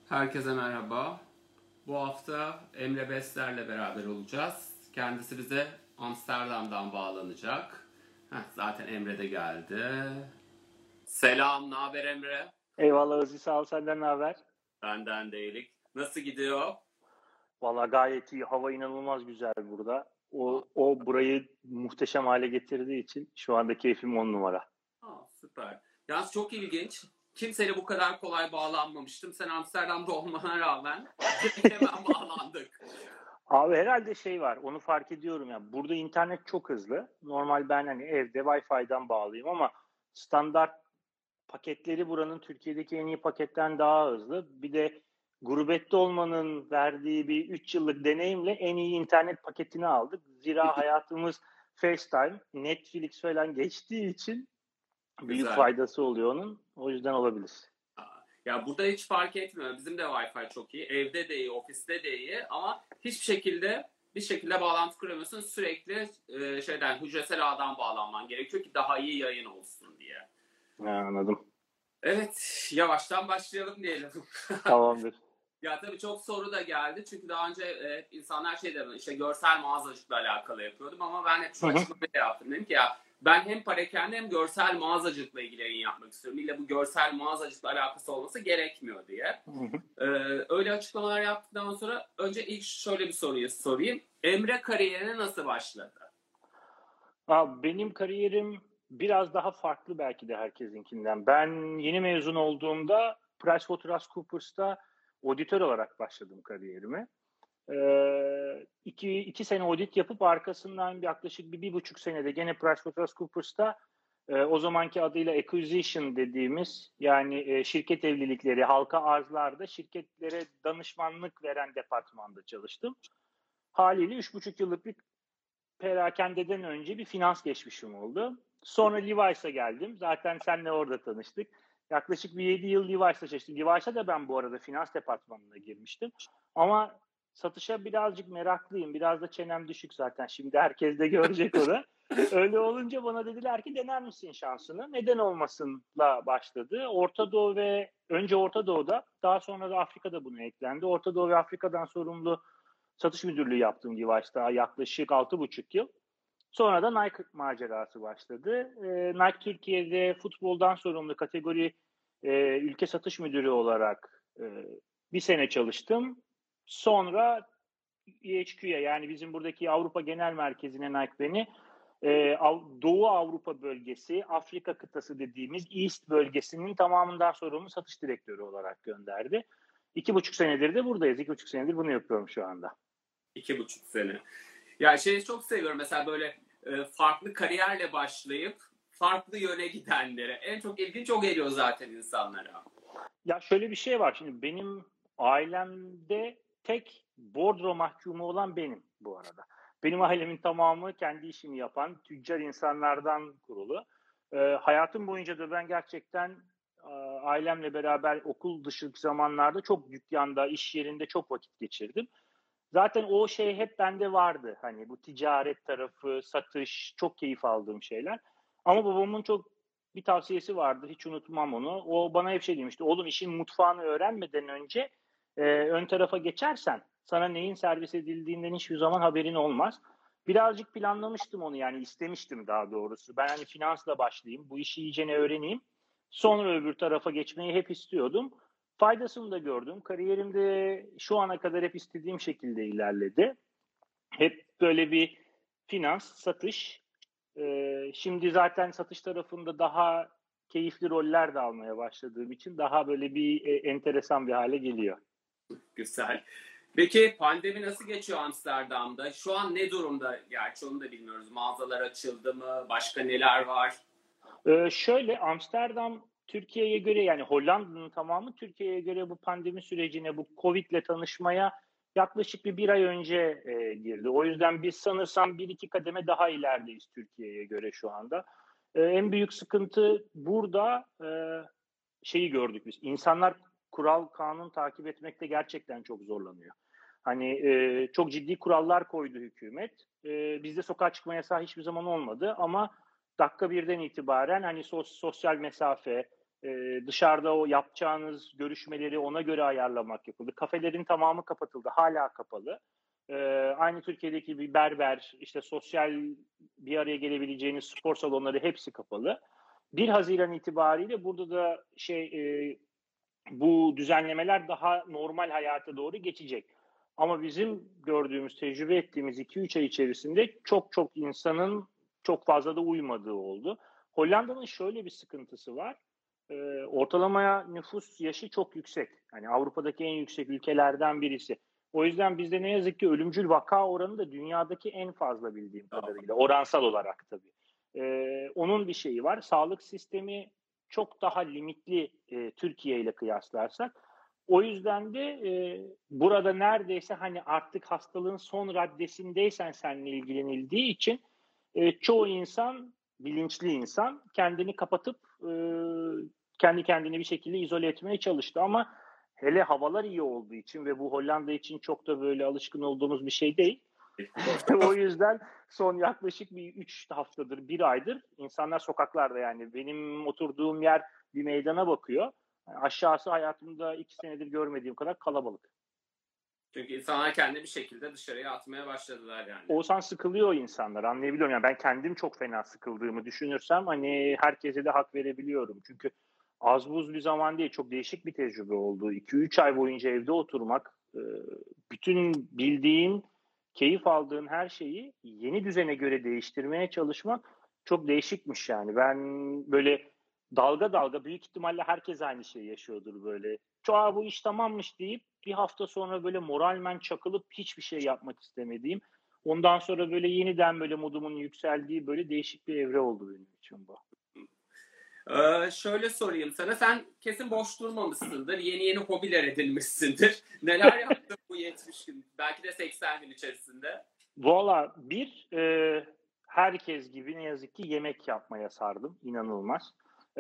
Herkese merhaba. Bu hafta Emre Besler'le beraber olacağız. Kendisi bize Amsterdam'dan bağlanacak. Zaten Emre de geldi. Selam, ne haber Emre? Eyvallah Aziz, sağ ol. Senden ne haber? Benden değilik. Nasıl gidiyor? Valla gayet iyi. Hava inanılmaz güzel burada. O burayı muhteşem hale getirdiği için şu anda keyfim 10 numara. Süper. Yalnız çok ilginç. Kimseyle bu kadar kolay bağlanmamıştım. Sen Amsterdam'da olmana rağmen hemen bağlandık. Abi herhalde şey var, onu fark ediyorum ya. Burada internet çok hızlı. Normal ben hani evde Wi-Fi'den bağlıyım ama standart paketleri buranın Türkiye'deki en iyi paketten daha hızlı. Bir de gurbette olmanın verdiği bir 3 yıllık deneyimle en iyi internet paketini aldık. Zira hayatımız FaceTime, Netflix falan geçtiği için büyük Güzel. faydası oluyor onun. O yüzden olabilir. Ya burada hiç fark etmiyor. Bizim de Wi-Fi çok iyi. Evde de iyi, ofiste de iyi ama hiçbir şekilde bir şekilde bağlantı kuramıyorsun. Sürekli hücresel ağdan bağlanman gerekiyor ki daha iyi yayın olsun diye. Ha, anladım. Evet, yavaştan başlayalım diyelim. Tamamdır. Ya tabii çok soru da geldi. Çünkü daha önce insanlar işte görsel mağazacılıkla alakalı yapıyordum ama ben hep şu açıklamayı yaptım. Dedim ki ya ben hem parakende hem görsel mağazacılıkla ilgili yayın yapmak istiyorum. İlla bu görsel mağazacılıkla alakası olması gerekmiyor diye. Öyle açıklamalar yaptıktan sonra önce ilk şöyle bir soruyu sorayım. Emre kariyerine nasıl başladı? Benim kariyerim biraz daha farklı belki de herkesinkinden. Ben yeni mezun olduğumda PricewaterhouseCoopers'ta auditör olarak başladım kariyerime. İki sene audit yapıp arkasından yaklaşık bir buçuk senede gene PricewaterhouseCoopers'ta o zamanki adıyla acquisition dediğimiz yani şirket evlilikleri, halka arzlarda şirketlere danışmanlık veren departmanda çalıştım. Haliyle 3,5 yıllık bir perakendeden önce bir finans geçmişim oldu. Sonra Levi's'a geldim. Zaten seninle orada tanıştık. Yaklaşık bir 7 yıl Levi's'ta çalıştım. Levi's'a da ben bu arada finans departmanına girmiştim. Ama satışa birazcık meraklıyım. Biraz da çenem düşük zaten. Şimdi herkes de görecek onu. Öyle olunca bana dediler ki dener misin şansını? Neden olmasınla başladı. Orta Doğu ve önce Orta Doğu'da daha sonra da Afrika'da bunu eklendi. Orta Doğu ve Afrika'dan sorumlu satış müdürlüğü yaptım Levi's'ta yaklaşık 6,5 yıl. Sonra da Nike macerası başladı. Nike Türkiye'de futboldan sorumlu kategori ülke satış müdürü olarak bir sene çalıştım. Sonra EHQ'ya yani bizim buradaki Avrupa Genel Merkezi'ne Nike beni Doğu Avrupa bölgesi, Afrika kıtası dediğimiz East bölgesinin tamamından sorumlu satış direktörü olarak gönderdi. 2,5 senedir de buradayız. 2,5 senedir bunu yapıyorum şu anda. 2,5 sene. Ya şeyi çok seviyorum mesela böyle farklı kariyerle başlayıp farklı yöne gidenlere. En çok ilginç o geliyor zaten insanlara. Ya şöyle bir şey var. Şimdi benim ailemde tek bordro mahkumu olan benim bu arada. Benim ailemin tamamı kendi işini yapan tüccar insanlardan kurulu. Hayatım boyunca da ben gerçekten ailemle beraber okul dışı zamanlarda çok dükkanda, iş yerinde çok vakit geçirdim. Zaten o şey hep bende vardı. Hani bu ticaret tarafı, satış, çok keyif aldığım şeyler. Ama babamın çok bir tavsiyesi vardı. Hiç unutmam onu. O bana hep şey demişti. Oğlum işin mutfağını öğrenmeden önce ön tarafa geçersen sana neyin servis edildiğinden hiçbir zaman haberin olmaz. Birazcık planlamıştım onu yani istemiştim daha doğrusu. Ben hani finansla başlayayım, bu işi iyicene öğreneyim. Sonra öbür tarafa geçmeyi hep istiyordum. Faydasını da gördüm. Kariyerimde şu ana kadar hep istediğim şekilde ilerledi. Hep böyle bir finans, satış. Şimdi zaten satış tarafında daha keyifli roller de almaya başladığım için daha böyle bir enteresan bir hale geliyor. Güzel. Peki pandemi nasıl geçiyor Amsterdam'da? Şu an ne durumda? Gerçi onu da bilmiyoruz. Mağazalar açıldı mı? Başka neler var? Şöyle Amsterdam Türkiye'ye göre yani Hollanda'nın tamamı Türkiye'ye göre bu pandemi sürecine, bu Covid'le tanışmaya yaklaşık bir ay önce girdi. O yüzden biz sanırsam bir iki kademe daha ilerideyiz Türkiye'ye göre şu anda. En büyük sıkıntı burada şeyi gördük biz. İnsanlar kural, kanun takip etmekte gerçekten çok zorlanıyor. Hani çok ciddi kurallar koydu hükümet. Bizde sokağa çıkma yasağı hiçbir zaman olmadı ama dakika birden itibaren hani sosyal mesafe, Dışarıda o yapacağınız görüşmeleri ona göre ayarlamak yapıldı. Kafelerin tamamı kapatıldı. Hala kapalı. Aynı Türkiye'deki bir berber, işte sosyal bir araya gelebileceğiniz spor salonları hepsi kapalı. 1 Haziran itibariyle burada da bu düzenlemeler daha normal hayata doğru geçecek. Ama bizim gördüğümüz, tecrübe ettiğimiz 2-3 ay içerisinde çok çok insanın çok fazla da uymadığı oldu. Hollanda'nın şöyle bir sıkıntısı var. Ortalamaya nüfus yaşı çok yüksek. Yani Avrupa'daki en yüksek ülkelerden birisi. O yüzden bizde ne yazık ki ölümcül vaka oranı da dünyadaki en fazla bildiğim kadarıyla. Oransal olarak tabii. Onun bir şeyi var. Sağlık sistemi çok daha limitli Türkiye ile kıyaslarsak. O yüzden de burada neredeyse hani artık hastalığın son raddesindeysen seninle ilgilenildiği için çoğu insan, bilinçli insan kendini kapatıp kendi kendini bir şekilde izole etmeye çalıştı. Ama hele havalar iyi olduğu için ve bu Hollanda için çok da böyle alışkın olduğumuz bir şey değil. O yüzden son yaklaşık bir 3 haftadır, 1 aydır insanlar sokaklarda, yani benim oturduğum yer bir meydana bakıyor. Yani aşağısı hayatımda 2 senedir görmediğim kadar kalabalık. Çünkü insanlar kendini bir şekilde dışarıya atmaya başladılar yani. Oğuzhan, sıkılıyor insanlar, anlayabiliyorum. Yani ben kendim çok fena sıkıldığımı düşünürsem hani herkese de hak verebiliyorum. Çünkü az buz bir zaman değil, çok değişik bir tecrübe oldu. 2-3 ay boyunca evde oturmak, bütün bildiğin, keyif aldığın her şeyi yeni düzene göre değiştirmeye çalışmak çok değişikmiş yani. Ben böyle dalga dalga, büyük ihtimalle herkes aynı şeyi yaşıyordur böyle. Çoğu bu iş tamammış deyip bir hafta sonra böyle moralmen çakılıp hiçbir şey yapmak istemediğim, ondan sonra böyle yeniden böyle modumun yükseldiği böyle değişik bir evre oldu benim için bu. Şöyle sorayım sana. Sen kesin boş durmamışsındır. Yeni yeni hobiler edinmişsindir. Neler yaptın bu 70 gün? Belki de 80 gün içerisinde. Valla herkes gibi ne yazık ki yemek yapmaya sardım. İnanılmaz.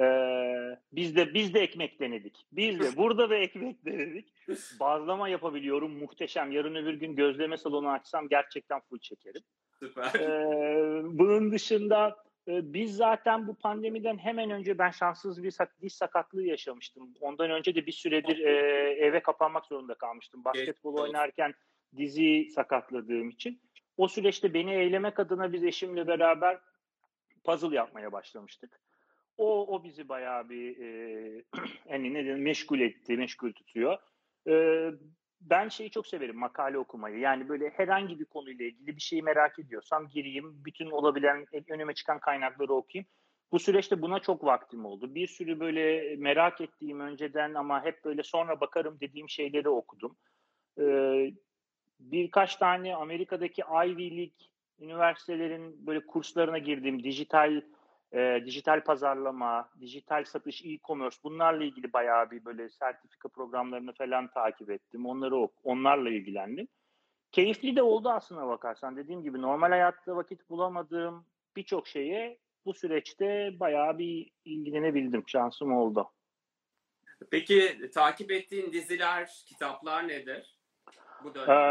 Biz de ekmek denedik. Biz de burada da ekmek denedik. Bazlama yapabiliyorum. Muhteşem. Yarın öbür gün gözleme salonu açsam gerçekten full çekerim. Süper. Bunun dışında biz zaten bu pandemiden hemen önce ben şanssız bir diş sakatlığı yaşamıştım. Ondan önce de bir süredir eve kapanmak zorunda kalmıştım. Basketbol oynarken dizi sakatladığım için. O süreçte beni eğlemek adına biz eşimle beraber puzzle yapmaya başlamıştık. O bizi bayağı bir hani ne diyeyim, meşgul tutuyor. Ben şeyi çok severim, makale okumayı. Yani böyle herhangi bir konuyla ilgili bir şeyi merak ediyorsam gireyim, bütün olabilen önüme çıkan kaynakları okuyayım. Bu süreçte buna çok vaktim oldu. Bir sürü böyle merak ettiğim, önceden ama hep böyle sonra bakarım dediğim şeyleri okudum. Birkaç tane Amerika'daki Ivy League üniversitelerin böyle kurslarına girdim. Dijital pazarlama, dijital satış, e-commerce, bunlarla ilgili bayağı bir böyle sertifika programlarını falan takip ettim. Onlarla ilgilendim. Keyifli de oldu aslına bakarsan. Dediğim gibi normal hayatta vakit bulamadığım birçok şeye bu süreçte bayağı bir ilgilenebildim. Şansım oldu. Peki takip ettiğin diziler, kitaplar nedir? Bu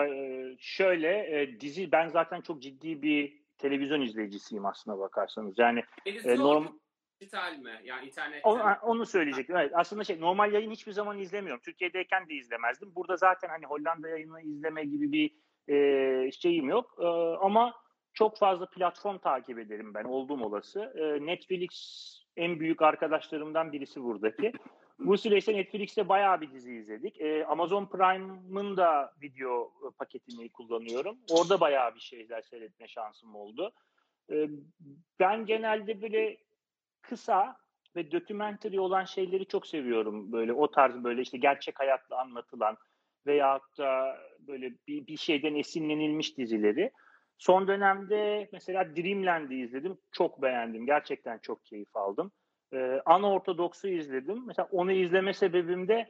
Dizi, ben zaten çok ciddi bir televizyon izleyicisiyim aslına bakarsanız. Yani televizyon dijital mi? Yani internette mi? Onu söyleyecektim. Evet, aslında normal yayın hiçbir zaman izlemiyorum. Türkiye'deyken de izlemezdim. Burada zaten hani Hollanda yayını izleme gibi bir şeyim yok. Ama çok fazla platform takip ederim ben, oldum olası. Netflix en büyük arkadaşlarımdan birisi buradaki. Bu süreçte Netflix'te bayağı bir dizi izledik. Amazon Prime'ın da video paketini kullanıyorum. Orada bayağı bir şeyler seyretme şansım oldu. Ben genelde böyle kısa ve documentary olan şeyleri çok seviyorum. Böyle o tarz, böyle işte gerçek hayatla anlatılan veyahut da böyle bir şeyden esinlenilmiş dizileri. Son dönemde mesela Dreamland'i izledim. Çok beğendim. Gerçekten çok keyif aldım. Unorthodox'u izledim. Mesela onu izleme sebebim de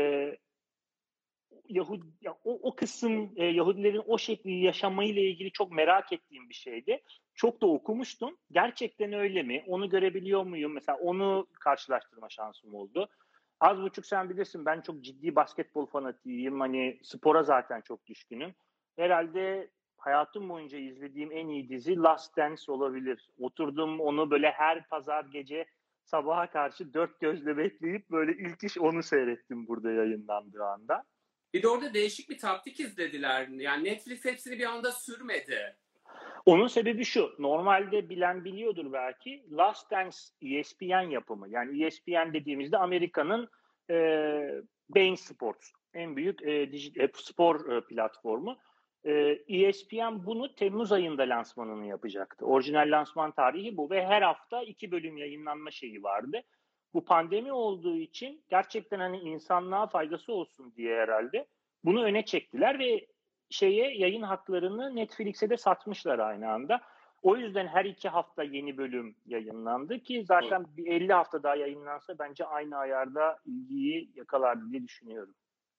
o kısım, Yahudilerin o şekli yaşamayla ilgili çok merak ettiğim bir şeydi. Çok da okumuştum. Gerçekten öyle mi? Onu görebiliyor muyum? Mesela onu karşılaştırma şansım oldu. Az buçuk sen bilirsin, ben çok ciddi basketbol fanatiyim. Hani spora zaten çok düşkünüm. Herhalde hayatım boyunca izlediğim en iyi dizi Last Dance olabilir. Oturdum onu böyle her pazar gece sabaha karşı dört gözle bekleyip böyle ilk iş onu seyrettim burada yayınlandığı anda. Bir de orada değişik bir taktik izlediler. Yani Netflix hepsini bir anda sürmedi. Onun sebebi şu. Normalde bilen biliyordur belki. Last Dance ESPN yapımı. Yani ESPN dediğimizde Amerika'nın Bein Sports. En büyük spor platformu. ESPN bunu Temmuz ayında lansmanını yapacaktı. Orijinal lansman tarihi bu ve her hafta 2 bölüm yayınlanma şeyi vardı. Bu pandemi olduğu için gerçekten hani insanlığa faydası olsun diye herhalde bunu öne çektiler ve yayın haklarını Netflix'e de satmışlar aynı anda. O yüzden her 2 hafta yeni bölüm yayınlandı ki zaten bir 50 hafta daha yayınlansa bence aynı ayarda ilgiyi yakalardı diye düşünüyorum.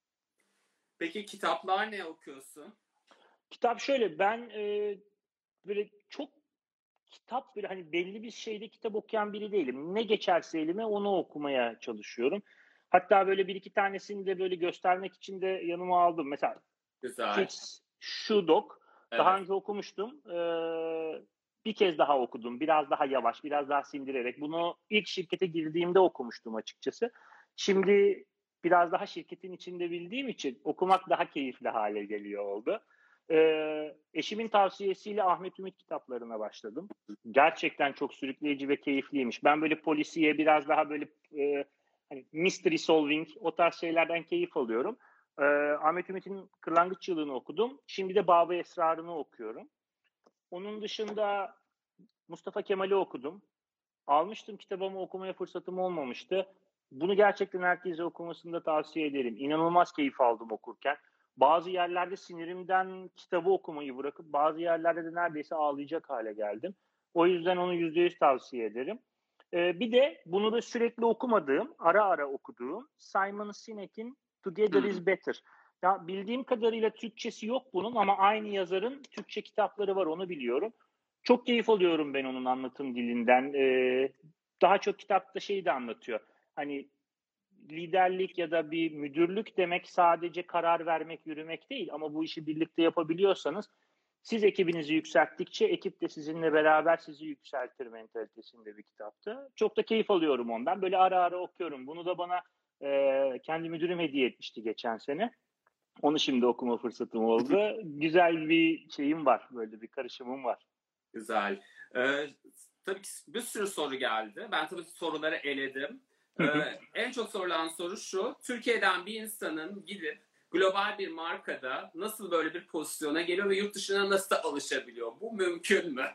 Peki kitaplar ne okuyorsun? Kitap şöyle, ben böyle çok kitap böyle hani belli bir şeyde kitap okuyan biri değilim. Ne geçerse elime onu okumaya çalışıyorum. Hatta böyle bir iki tanesini de böyle göstermek için de yanıma aldım. Mesela Güzel. Fritz Schudok. Daha Evet. önce okumuştum. Bir kez daha okudum. Biraz daha yavaş, biraz daha sindirerek. Bunu ilk şirkete girdiğimde okumuştum açıkçası. Şimdi biraz daha şirketin içinde bildiğim için okumak daha keyifli hale geliyor oldu. Eşimin tavsiyesiyle Ahmet Ümit kitaplarına başladım. Gerçekten çok sürükleyici ve keyifliymiş. Ben böyle polisiye biraz daha böyle hani mystery solving o tarz şeylerden keyif alıyorum. Ahmet Ümit'in Kırlangıç Yılı'nı okudum. Şimdi de Bab-ı Esrar'ını okuyorum. Onun dışında Mustafa Kemal'i okudum. Almıştım kitabımı okumaya fırsatım olmamıştı. Bunu gerçekten herkese okumasını da tavsiye ederim. İnanılmaz keyif aldım okurken. Bazı yerlerde sinirimden kitabı okumayı bırakıp bazı yerlerde de neredeyse ağlayacak hale geldim. O yüzden onu %100 tavsiye ederim. Bir de bunu da sürekli okumadığım, ara ara okuduğum Simon Sinek'in Together is Better. Ya bildiğim kadarıyla Türkçesi yok bunun ama aynı yazarın Türkçe kitapları var, onu biliyorum. Çok keyif alıyorum ben onun anlatım dilinden. Daha çok kitapta şeyi de anlatıyor. Hani liderlik ya da bir müdürlük demek sadece karar vermek, yürümek değil ama bu işi birlikte yapabiliyorsanız siz ekibinizi yükselttikçe ekip de sizinle beraber sizi yükseltir mentalitesinde bir kitaptı. Çok da keyif alıyorum ondan. Böyle ara ara okuyorum. Bunu da bana kendi müdürüm hediye etmişti geçen sene. Onu şimdi okuma fırsatım oldu. Güzel bir şeyim var. Böyle bir karışımım var. Güzel. Tabii ki bir sürü soru geldi. Ben tabii soruları eledim. En çok sorulan soru şu. Türkiye'den bir insanın gidip global bir markada nasıl böyle bir pozisyona geliyor ve yurt dışına nasıl alışabiliyor? Bu mümkün mü?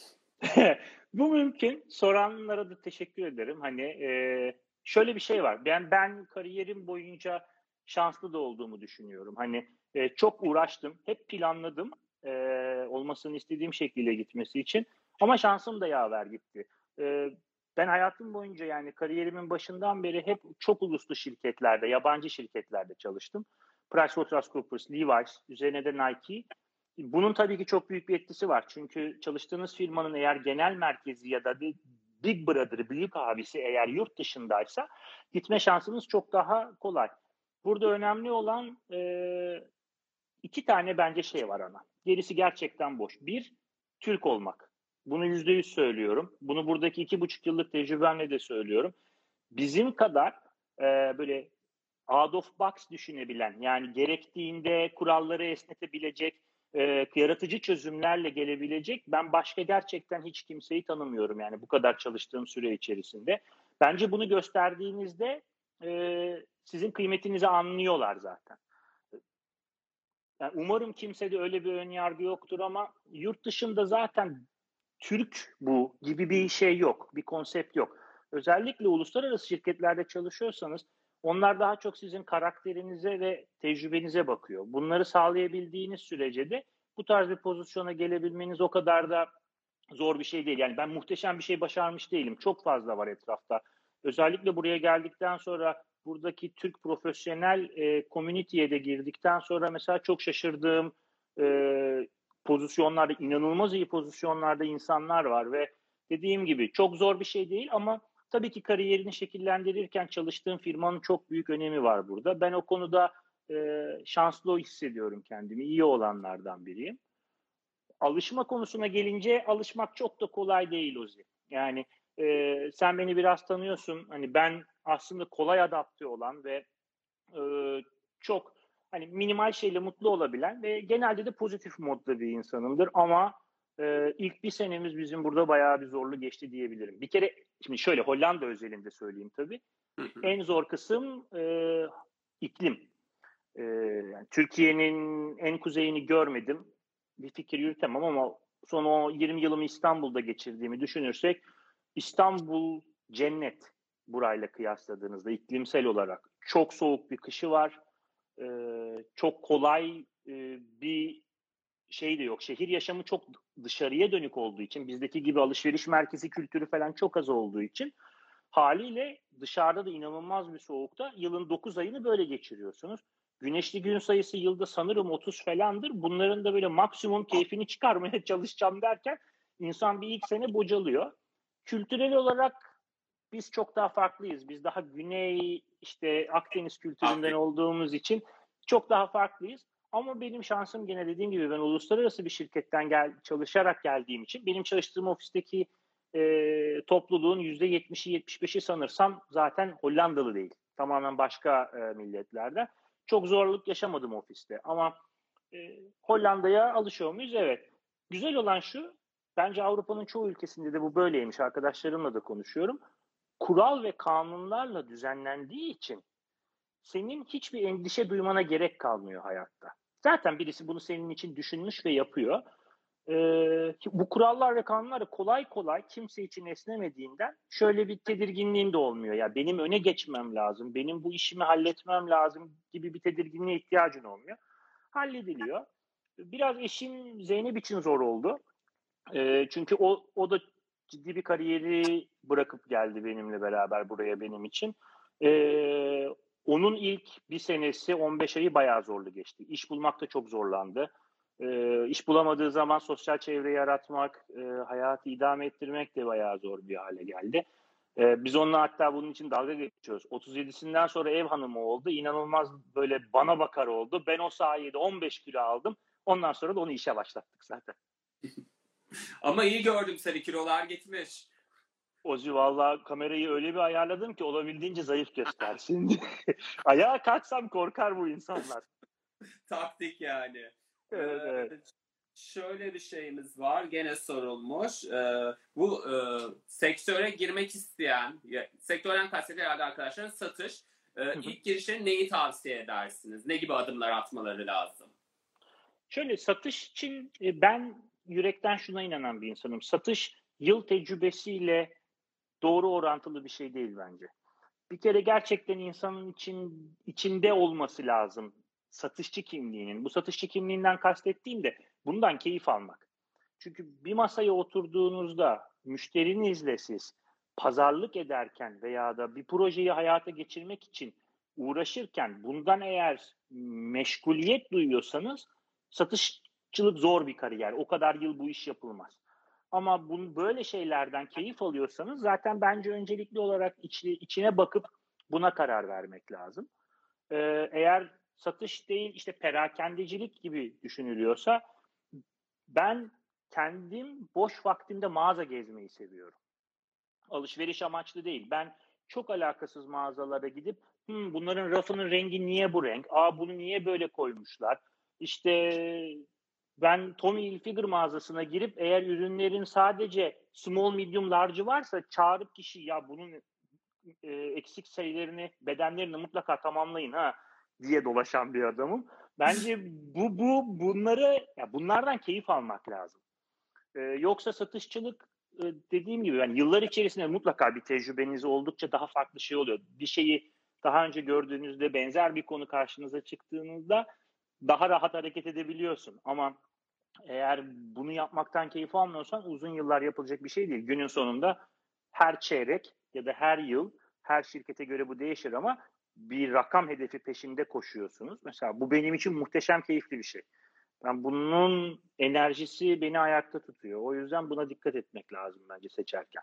Bu mümkün. Soranlara da teşekkür ederim. Hani şöyle bir şey var. Ben kariyerim boyunca şanslı da olduğumu düşünüyorum. Hani çok uğraştım, hep planladım olmasını istediğim şekilde gitmesi için. Ama şansım da yaver gitti. E, Ben hayatım boyunca yani kariyerimin başından beri hep çok uluslu şirketlerde, yabancı şirketlerde çalıştım. PricewaterhouseCoopers, Levi's, üzerine de Nike. Bunun tabii ki çok büyük bir etkisi var. Çünkü çalıştığınız firmanın eğer genel merkezi ya da bir Big Brother, büyük abisi eğer yurt dışındaysa gitme şansınız çok daha kolay. Burada önemli olan iki tane bence şey var ana. Gerisi gerçekten boş. Bir, Türk olmak. Bunu %100 söylüyorum. Bunu buradaki 2,5 yıllık tecrübemle de söylüyorum. Bizim kadar böyle out of box düşünebilen, yani gerektiğinde kuralları esnetebilecek, yaratıcı çözümlerle gelebilecek ben başka gerçekten hiç kimseyi tanımıyorum yani bu kadar çalıştığım süre içerisinde. Bence bunu gösterdiğinizde sizin kıymetinizi anlıyorlar zaten. Yani umarım kimsede öyle bir ön yargı yoktur ama yurt dışında zaten Türk bu gibi bir şey yok, bir konsept yok. Özellikle uluslararası şirketlerde çalışıyorsanız onlar daha çok sizin karakterinize ve tecrübenize bakıyor. Bunları sağlayabildiğiniz sürece de bu tarz bir pozisyona gelebilmeniz o kadar da zor bir şey değil. Yani ben muhteşem bir şey başarmış değilim. Çok fazla var etrafta. Özellikle buraya geldikten sonra buradaki Türk profesyonel community'ye de girdikten sonra mesela çok şaşırdığım pozisyonlarda, inanılmaz iyi pozisyonlarda insanlar var ve dediğim gibi çok zor bir şey değil ama tabii ki kariyerini şekillendirirken çalıştığım firmanın çok büyük önemi var burada. Ben o konuda şanslı hissediyorum kendimi. İyi olanlardan biriyim. Alışma konusuna gelince alışmak çok da kolay değil Ozi. Yani Sen beni biraz tanıyorsun. Hani ben aslında kolay adapte olan ve e, çok hani minimal şeyle mutlu olabilen ve genelde de pozitif modda bir insanımdır. Ama ilk bir senemiz bizim burada bayağı bir zorlu geçti diyebilirim. Bir kere şimdi şöyle Hollanda özelinde söyleyeyim tabii. En zor kısım iklim. Yani Türkiye'nin en kuzeyini görmedim. Bir fikir yürütemem ama son o 20 yılımı İstanbul'da geçirdiğimi düşünürsek İstanbul cennet burayla kıyasladığınızda iklimsel olarak. Çok soğuk bir kışı var. Çok kolay bir şey de yok. Şehir yaşamı çok dışarıya dönük olduğu için, bizdeki gibi alışveriş merkezi kültürü falan çok az olduğu için haliyle dışarıda da inanılmaz bir soğukta yılın 9 ayını böyle geçiriyorsunuz. Güneşli gün sayısı yılda sanırım 30 falandır. Bunların da böyle maksimum keyfini çıkarmaya çalışacağım derken insan bir ilk sene bocalıyor. Kültürel olarak biz çok daha farklıyız. Biz daha güney işte Akdeniz kültüründen olduğumuz için çok daha farklıyız. Ama benim şansım gene dediğim gibi ben uluslararası bir şirketten çalışarak geldiğim için benim çalıştığım ofisteki topluluğun %70'i 75'i sanırsam zaten Hollandalı değil. Tamamen başka milletlerden. Çok zorluk yaşamadım ofiste ama Hollanda'ya alışıyor muyuz? Evet. Güzel olan şu, bence Avrupa'nın çoğu ülkesinde de bu böyleymiş. Arkadaşlarımla da konuşuyorum. Kural ve kanunlarla düzenlendiği için senin hiçbir endişe duymana gerek kalmıyor hayatta. Zaten birisi bunu senin için düşünmüş ve yapıyor. Bu kurallar ve kanunlar kolay kolay kimse için esnemediğinden şöyle bir tedirginliğin de olmuyor. Ya benim öne geçmem lazım, benim bu işimi halletmem lazım gibi bir tedirginliğe ihtiyacın olmuyor. Hallediliyor. Biraz eşim Zeynep için zor oldu. Çünkü o da ciddi bir kariyeri bırakıp geldi benimle beraber buraya benim için. Onun ilk bir senesi 15 ayı bayağı zorlu geçti. İş bulmakta çok zorlandı. İş bulamadığı zaman sosyal çevre yaratmak, hayatı idame ettirmek de bayağı zor bir hale geldi. Biz onunla hatta bunun için dalga geçiyoruz. 37'sinden sonra ev hanımı oldu. İnanılmaz böyle bana bakar oldu. Ben o sayede 15 kilo aldım. Ondan sonra da onu işe başlattık zaten. Ama iyi gördüm, seni kilolar gitmiş. Ozi valla kamerayı öyle bir ayarladım ki olabildiğince zayıf göstersin. Ayağa kalksam korkar bu insanlar. Taktik yani. Evet, evet. Şöyle bir şeyimiz var. Gene sorulmuş. Bu sektöre girmek isteyen, sektörden kastettiğim herhalde arkadaşlar satış. İlk girişte neyi tavsiye edersiniz? Ne gibi adımlar atmaları lazım? Şöyle satış için ben yürekten şuna inanan bir insanım. Satış yıl tecrübesiyle doğru orantılı bir şey değil bence. Bir kere gerçekten insanın içinde olması lazım satışçı kimliğinin. Bu satışçı kimliğinden kastettiğim de bundan keyif almak. Çünkü bir masaya oturduğunuzda müşterinizle siz pazarlık ederken veya da bir projeyi hayata geçirmek için uğraşırken bundan eğer meşguliyet duyuyorsanız satışçılık zor bir kariyer. O kadar yıl bu iş yapılmaz. Ama böyle şeylerden keyif alıyorsanız zaten bence öncelikli olarak içine bakıp buna karar vermek lazım. Eğer satış değil işte perakendecilik gibi düşünülüyorsa ben kendim boş vaktimde mağaza gezmeyi seviyorum. Alışveriş amaçlı değil. Ben çok alakasız mağazalara gidip bunların rafının rengi niye bu renk? Bunu niye böyle koymuşlar? İşte ben Tommy Hilfiger mağazasına girip eğer ürünlerin sadece small, medium, large'ı varsa çağırıp kişi ya bunun eksik sayılarını, bedenlerini mutlaka tamamlayın diye dolaşan bir adamım. Bence bunlardan keyif almak lazım. Yoksa satışçılık dediğim gibi yani yıllar içerisinde mutlaka bir tecrübeniz oldukça daha farklı şey oluyor. Bir şeyi daha önce gördüğünüzde benzer bir konu karşınıza çıktığınızda daha rahat hareket edebiliyorsun. Ama eğer bunu yapmaktan keyif almıyorsan uzun yıllar yapılacak bir şey değil. Günün sonunda her çeyrek ya da her yıl her şirkete göre bu değişir ama bir rakam hedefi peşinde koşuyorsunuz. Mesela bu benim için muhteşem keyifli bir şey. Yani bunun enerjisi beni ayakta tutuyor. O yüzden buna dikkat etmek lazım bence seçerken.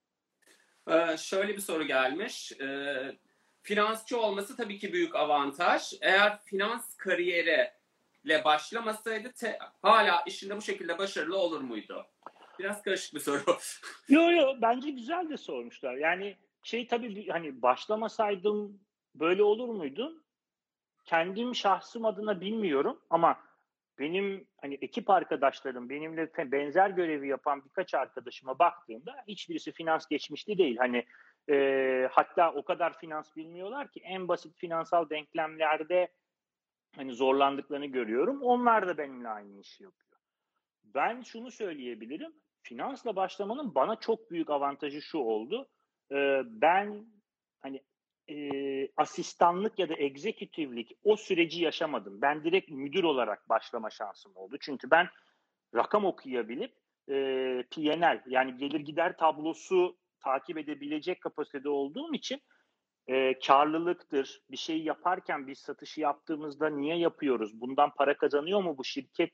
Şöyle bir soru gelmiş. Finansçı olması tabii ki büyük avantaj. Eğer finans kariyeriyle başlamasaydı hala işinde bu şekilde başarılı olur muydu? Biraz karışık bir soru. Yo, bence güzel de sormuşlar. Yani tabii hani başlamasaydım böyle olur muydu? Kendim şahsım adına bilmiyorum ama benim hani ekip arkadaşlarım, benimle benzer görevi yapan birkaç arkadaşıma baktığımda hiçbirisi finans geçmişli değil. Hani hatta o kadar finans bilmiyorlar ki en basit finansal denklemlerde hani zorlandıklarını görüyorum. Onlar da benimle aynı işi yapıyor. Ben şunu söyleyebilirim. Finansla başlamanın bana çok büyük avantajı şu oldu. Ben hani asistanlık ya da egzekütiflik o süreci yaşamadım. Ben direkt müdür olarak başlama şansım oldu. Çünkü ben rakam okuyabilip P&L yani gelir gider tablosu takip edebilecek kapasitede olduğum için karlılıktır, bir şey yaparken biz satışı yaptığımızda niye yapıyoruz, bundan para kazanıyor mu bu şirket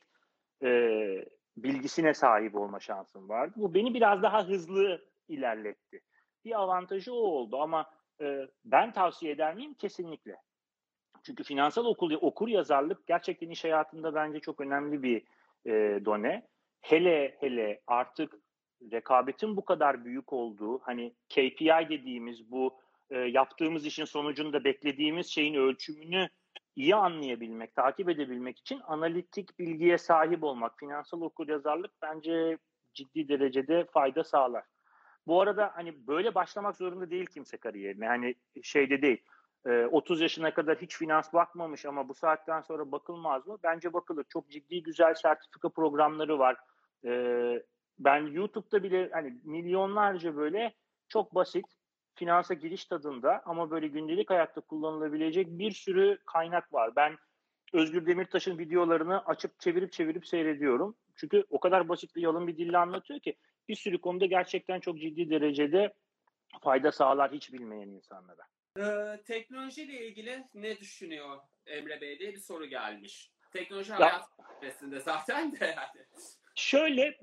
bilgisine sahip olma şansım vardı. Bu beni biraz daha hızlı ilerletti. Bir avantajı o oldu ama ben tavsiye eder miyim? Kesinlikle. Çünkü finansal okur yazarlık gerçekten iş hayatında bence çok önemli bir done. Hele artık rekabetin bu kadar büyük olduğu, hani KPI dediğimiz bu yaptığımız işin sonucunda beklediğimiz şeyin ölçümünü iyi anlayabilmek, takip edebilmek için analitik bilgiye sahip olmak, finansal okuryazarlık bence ciddi derecede fayda sağlar. Bu arada hani böyle başlamak zorunda değil kimse kariyerine. Hani değil. 30 yaşına kadar hiç finans bakmamış ama bu saatten sonra bakılmaz mı? Bence bakılır. Çok ciddi güzel sertifika programları var. Ben YouTube'da bile hani milyonlarca böyle çok basit finansa giriş tadında ama böyle gündelik hayatta kullanılabilecek bir sürü kaynak var. Ben Özgür Demirtaş'ın videolarını açıp çevirip seyrediyorum. Çünkü o kadar basit bir yalın bir dille anlatıyor ki bir sürü konuda gerçekten çok ciddi derecede fayda sağlar hiç bilmeyen insanlara. Teknolojiyle ilgili ne düşünüyor Emre Bey diye bir soru gelmiş. Teknoloji Ya, hayat içerisinde zaten de yani. şöyle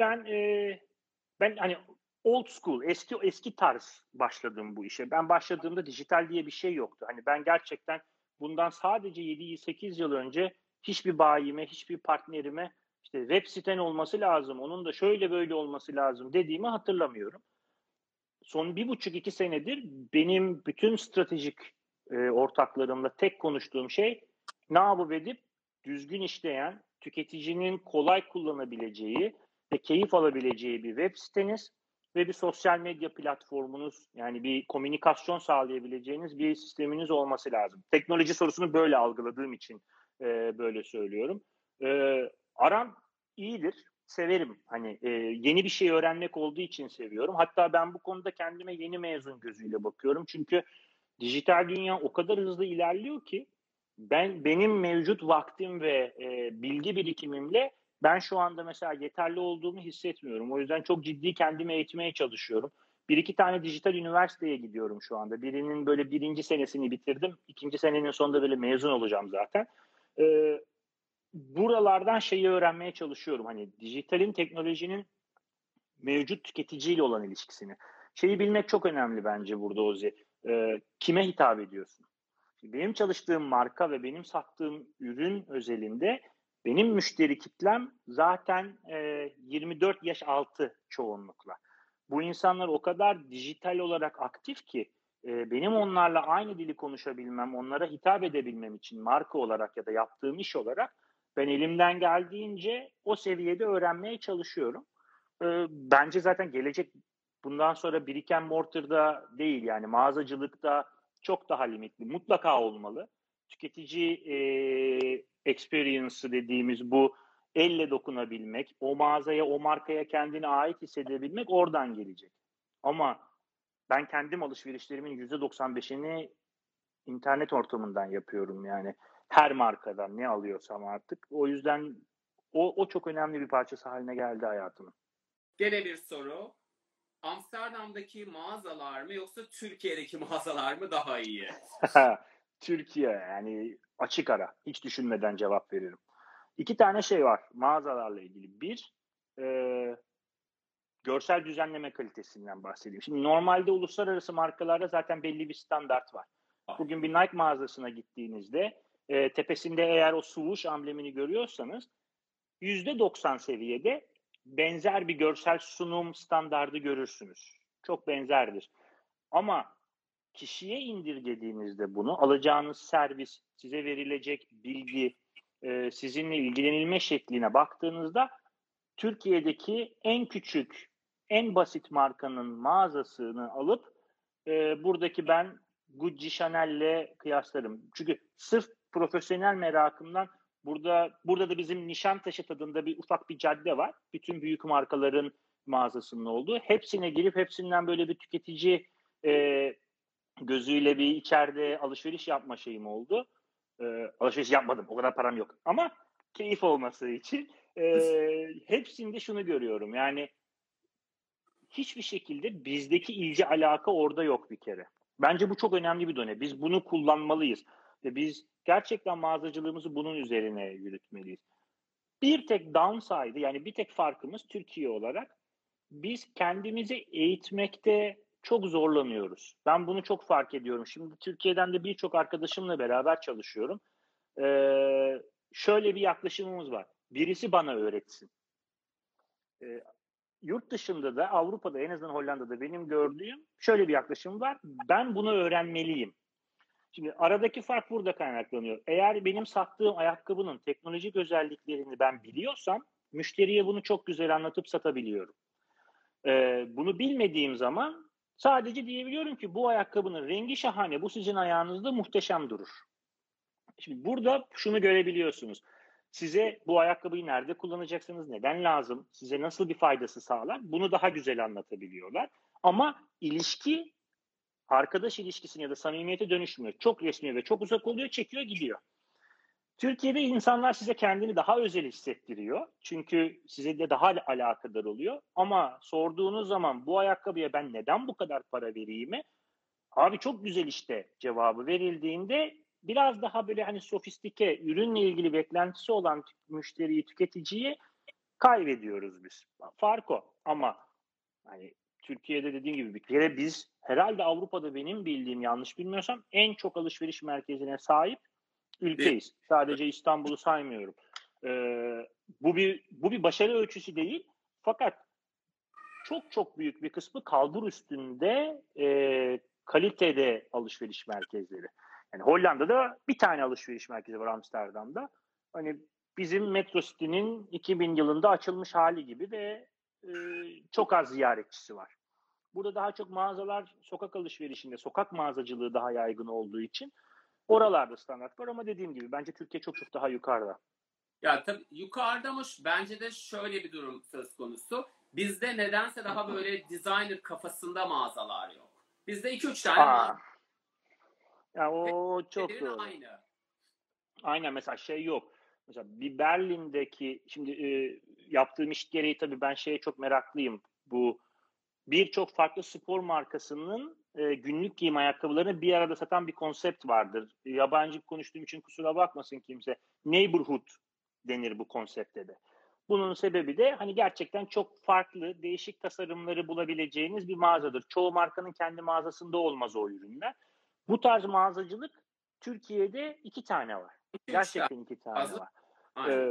ben hani old school, eski tarz başladım bu işe. Ben başladığımda dijital diye bir şey yoktu. Hani ben gerçekten bundan sadece 7-8 yıl önce hiçbir bayime, hiçbir partnerime işte web siten olması lazım, onun da şöyle böyle olması lazım dediğimi hatırlamıyorum. Son 1,5-2 senedir benim bütün stratejik ortaklarımla tek konuştuğum şey ne yapıp edip düzgün işleyen, tüketicinin kolay kullanabileceği ve keyif alabileceği bir web siteniz ve bir sosyal medya platformunuz, yani bir komünikasyon sağlayabileceğiniz bir sisteminiz olması lazım. Teknoloji sorusunu böyle algıladığım için böyle söylüyorum. Aram iyidir, severim. Hani yeni bir şey öğrenmek olduğu için seviyorum. Hatta ben bu konuda kendime yeni mezun gözüyle bakıyorum. Çünkü dijital dünya o kadar hızlı ilerliyor ki benim mevcut vaktim ve bilgi birikimimle ben şu anda mesela yeterli olduğumu hissetmiyorum. O yüzden çok ciddi kendimi eğitmeye çalışıyorum. Bir iki tane dijital üniversiteye gidiyorum şu anda. Birinin böyle 1. senesini bitirdim. 2. senenin sonunda böyle mezun olacağım zaten. Buralardan şeyi öğrenmeye çalışıyorum. Hani dijitalin, teknolojinin mevcut tüketiciyle olan ilişkisini. Şeyi bilmek çok önemli bence burada Ozi. Kime hitap ediyorsun? Benim çalıştığım marka ve benim sattığım ürün özelinde benim müşteri kitlem zaten 24 yaş altı çoğunlukla. Bu insanlar o kadar dijital olarak aktif ki benim onlarla aynı dili konuşabilmem, onlara hitap edebilmem için marka olarak ya da yaptığım iş olarak ben elimden geldiğince o seviyede öğrenmeye çalışıyorum. Bence zaten gelecek bundan sonra brick and mortar'da değil, yani mağazacılıkta çok daha limitli. Mutlaka olmalı. Tüketici experience'ı dediğimiz bu elle dokunabilmek, o mağazaya, o markaya kendine ait hissedebilmek oradan gelecek. Ama ben kendim alışverişlerimin %95'ini internet ortamından yapıyorum yani. Her markadan ne alıyorsam artık. O yüzden o çok önemli bir parçası haline geldi hayatımın. Gene bir soru. Amsterdam'daki mağazalar mı yoksa Türkiye'deki mağazalar mı daha iyi? Türkiye, yani açık ara. Hiç düşünmeden cevap veririm. 2 tane şey var mağazalarla ilgili. Bir, görsel düzenleme kalitesinden bahsedeyim. Şimdi normalde uluslararası markalarda zaten belli bir standart var. Bugün bir Nike mağazasına gittiğinizde tepesinde eğer o swoosh amblemini görüyorsanız %90 seviyede benzer bir görsel sunum standardı görürsünüz. Çok benzerdir. Ama kişiye indirgediğinizde bunu, alacağınız servis, size verilecek bilgi, sizinle ilgilenilme şekline baktığınızda Türkiye'deki en küçük, en basit markanın mağazasını alıp buradaki ben Gucci, Chanel'le kıyaslarım. Çünkü sırf profesyonel merakımdan burada da bizim Nişantaşı tadında bir ufak bir cadde var. Bütün büyük markaların mağazasının olduğu. Hepsine girip hepsinden böyle bir tüketici gözüyle bir içeride alışveriş yapma şeyim oldu. Alışveriş yapmadım. O kadar param yok. Ama keyif olması için hepsinde şunu görüyorum. Yani hiçbir şekilde bizdeki ilgi alaka orada yok bir kere. Bence bu çok önemli bir dönem. Biz bunu kullanmalıyız. Ve biz gerçekten mağazacılığımızı bunun üzerine yürütmeliyiz. Bir tek downside, yani bir tek farkımız Türkiye olarak biz kendimizi eğitmekte çok zorlanıyoruz. Ben bunu çok fark ediyorum. Şimdi Türkiye'den de birçok arkadaşımla beraber çalışıyorum. Şöyle bir yaklaşımımız var. Birisi bana öğretsin. Yurt dışında da, Avrupa'da, en azından Hollanda'da benim gördüğüm şöyle bir yaklaşım var. Ben bunu öğrenmeliyim. Şimdi aradaki fark burada kaynaklanıyor. Eğer benim sattığım ayakkabının teknolojik özelliklerini ben biliyorsam müşteriye bunu çok güzel anlatıp satabiliyorum. Bunu bilmediğim zaman sadece diyebiliyorum ki bu ayakkabının rengi şahane, bu sizin ayağınızda muhteşem durur. Şimdi burada şunu görebiliyorsunuz. Size bu ayakkabıyı nerede kullanacaksınız, neden lazım, size nasıl bir faydası sağlar, bunu daha güzel anlatabiliyorlar. Ama ilişki, arkadaş ilişkisine ya da samimiyete dönüşmüyor. Çok resmi ve çok uzak oluyor, çekiyor gidiyor. Türkiye'de insanlar size kendini daha özel hissettiriyor. Çünkü size de daha alakadar oluyor. Ama sorduğunuz zaman bu ayakkabıya ben neden bu kadar para vereyim? Abi çok güzel işte cevabı verildiğinde biraz daha böyle hani sofistike, ürünle ilgili beklentisi olan müşteriyi, tüketiciyi kaybediyoruz biz. Fark o. Ama hani Türkiye'de dediğim gibi bir kere biz herhalde Avrupa'da, benim bildiğim, yanlış bilmiyorsam, en çok alışveriş merkezine sahip ülkeyiz. Sadece İstanbul'u saymıyorum. Bu bir başarı ölçüsü değil. Fakat çok çok büyük bir kısmı kalbur üstünde kalitede alışveriş merkezleri. Yani Hollanda'da bir tane alışveriş merkezi var, Amsterdam'da. Hani bizim Metro City'nin 2000 yılında açılmış hali gibi ve çok az ziyaretçisi var. Burada daha çok mağazalar sokak alışverişinde, sokak mağazacılığı daha yaygın olduğu için oralarda standart var, ama dediğim gibi bence Türkiye çok çok daha yukarıda. Ya tabii yukarıda, ama bence de şöyle bir durum söz konusu. Bizde nedense daha böyle designer kafasında mağazalar yok. Bizde 2-3 tane mağaza. Ya o çok Hepsinin doğru. aynı. Aynen, mesela şey yok. Mesela bir Berlin'deki, şimdi yaptığım iş gereği tabii ben şeye çok meraklıyım. Bu birçok farklı spor markasının günlük giyim ayakkabılarını bir arada satan bir konsept vardır. Yabancı konuştuğum için kusura bakmasın kimse. Neighborhood denir bu konsepte de. Bunun sebebi de hani gerçekten çok farklı, değişik tasarımları bulabileceğiniz bir mağazadır. Çoğu markanın kendi mağazasında olmaz o ürünler. Bu tarz mağazacılık Türkiye'de 2 tane var. 2-3 tane Gerçekten 2 tane fazla. var. Aynen.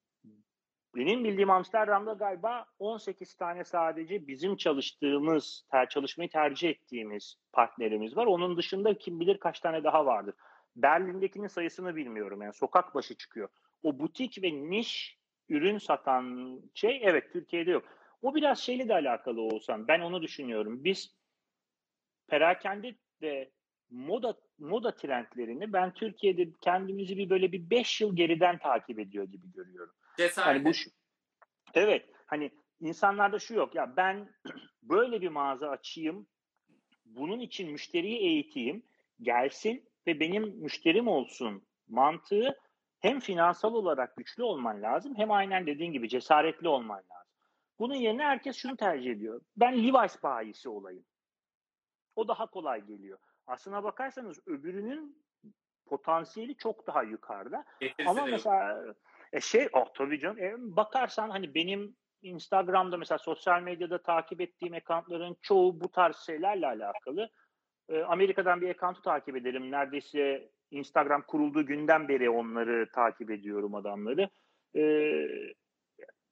Benim bildiğim Amsterdam'da galiba 18 tane sadece bizim çalışmayı tercih ettiğimiz partnerimiz var. Onun dışında kim bilir kaç tane daha vardır. Berlin'dekinin sayısını bilmiyorum. Yani sokak başı çıkıyor. O butik ve niş ürün satan şey, evet, Türkiye'de yok. O biraz şeyle de alakalı olsan. Ben onu düşünüyorum. Biz perakende ve moda trendlerini ben Türkiye'de kendimizi bir böyle bir 5 yıl geriden takip ediyor gibi görüyorum. Cesaret Yani et. evet, hani insanlarda şu yok ya, ben böyle bir mağaza açayım, bunun için müşteriyi eğiteyim, gelsin ve benim müşterim olsun mantığı. Hem finansal olarak güçlü olman lazım, hem aynen dediğin gibi cesaretli olman lazım. Bunun yerine herkes şunu tercih ediyor: ben Levi's bayisi olayım. O daha kolay geliyor. Aslına bakarsanız öbürünün potansiyeli çok daha yukarıda. Getirisi Ama de yok. mesela tabii canım, bakarsan hani benim Instagram'da mesela sosyal medyada takip ettiğim accountların çoğu bu tarz şeylerle alakalı. Amerika'dan bir account'u takip ederim. Neredeyse Instagram kurulduğu günden beri onları takip ediyorum, adamları.